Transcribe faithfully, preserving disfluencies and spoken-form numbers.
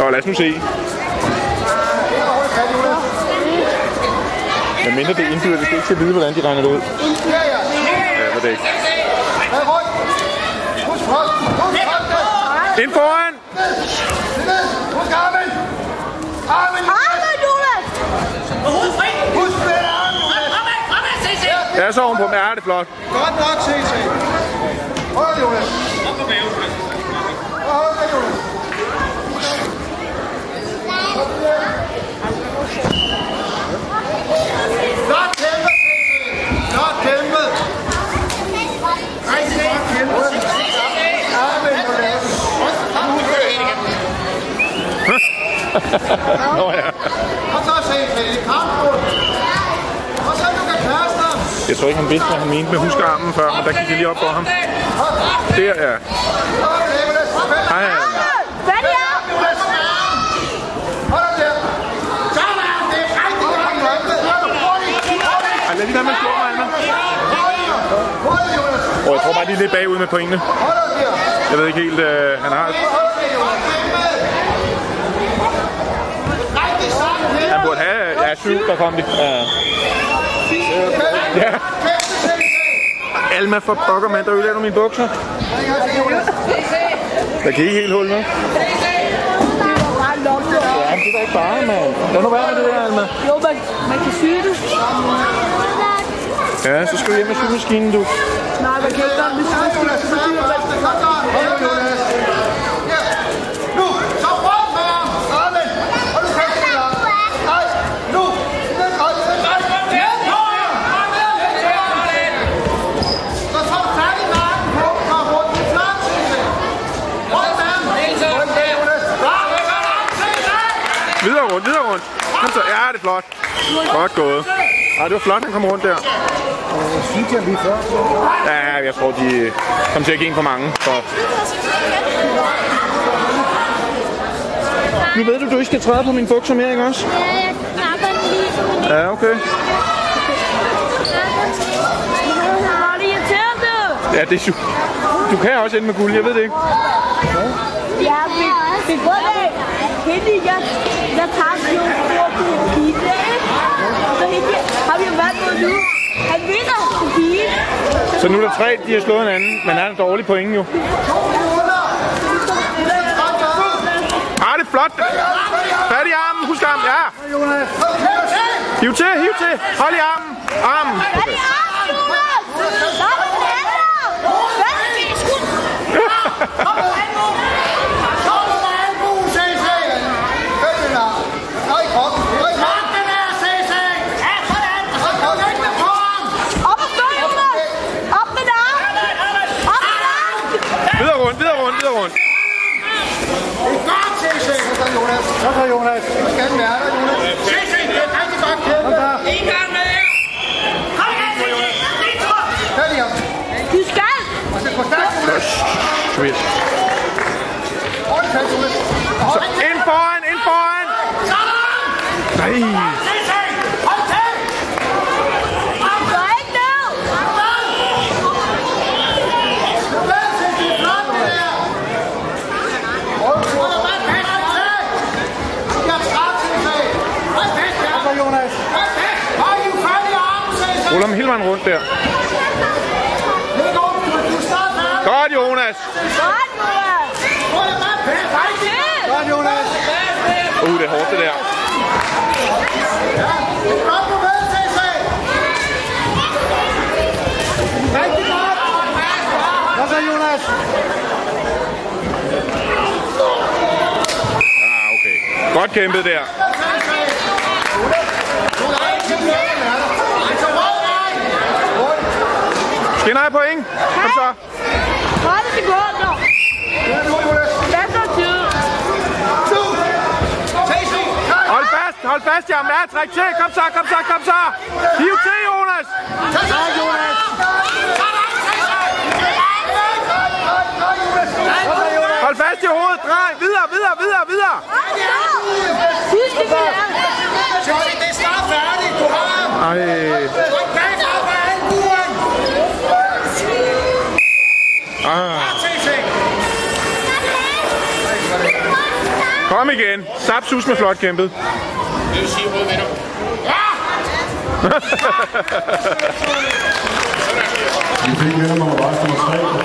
Nå, lad os nu se. Men mindre det er indbyrdet, det skal ikke til at vide, hvordan de regner det ud. Ja, hvad det ikke. Ind foran! Ja, så ovenpå. Ja, det er flot. Godt nok, C C. Hold Jonas. Op på maven. Hold det, Jonas. Flot kæmpe, C C. Flot kæmpe. Rigtig godt kæmpe. Amen, Jonas. Nå ja. Og så C C. Kampmål. Og så du kan kaste ham. Jeg tror ikke, han vidste, hvad han mente med huskarmen før, men der gik det lige op for ham. Der, ja. Hej, ja. Ej, lad lige være med at slå mig, Alma. Åh, jeg tror bare, de er lidt bagud med pointene. Jeg ved ikke helt, øh, han har... Han burde have... Ja, syv, der kom de. Ja. Ja. Alma for pokker, mand. Der ødelægger du mine bukser. Der kan ikke helt hul med. Ja, det er da ikke bare, mand. Lad nu være med det der, Alma. Jo, man, man kan syge det. Ja, så skal du hjem med symaskinen, du. Nej, man kan ikke gøre det med symaskinen. Nu, så rundt med ham. Amen. Og du kan ikke ham. Nej, nu. Så får du fat i nakken på, og rundt i flot, C C. Rundt med ham. Videre rundt, videre rundt. Kom så. Ja, det er flot. Godt gået. Ej, det var flot, han kom rundt der. Synes jeg lige før. Ja, jeg tror, de kom til at give en for mange. Så. Nu ved du, du ikke skal træde på mine bukser mere, ikke også? Ja, jeg knapper den lige på min. Ja, okay. Hvor er det irriterende? Ja, det er super. Du kan også ende med guld, jeg ved det ikke. Ja, det er godt af. Hende, jeg, jeg tager jo for på pige, ikke? Og så hende, har vi jo været med nu. Han vinder på pige. Så nu er der tre, de har slået hinanden, men han er dårlig point jo. Ah, det er flot. Fat i armen, husk armen, ja. Hiv til, hiv til. Hold i armen. Armen. Fat i armen, Jonas! Der er den anden! Fat i skud! Videre rundt, videre rundt, videre rundt. Det er godt, C C. Så Jonas. Så Jonas. Du skal være der, Jonas. C C, det er rigtig godt kæmpe. En gang med jer. Kom igen, C C. Fat i ham. Du skal! Og så gå stærkt, Jonas. Sweet. Hold fast, Jonas. Så ind foran, ind foran. Nej. C C, hold til. Gør ikke ned! Ruller dem hele vejen rundt der. Godt, Jonas. Godt, Jonas. Uh, det er hårdt, det der. Godt på med, C C. Rigtig godt. Hvad så, Jonas? Ah, okay. Godt kæmpet der. Skal I point? Kom så. tredive sekunder. femogtyve. Hold fast, hold fast, jamen. Ja, træk til. Kom så, kom så, kom så. Hiv til, Jonas. Ja, Jonas. Hold fast i hovedet. Drej. Videre, videre, videre, videre. Husk det, vi er. Johnny, det er snart færdigt. Du har ham. Ej. Ah. Kom igen. Sapsus med flot kæmpet. Det vil sige røde venner. Ja! Vi fik vinder nummer tre.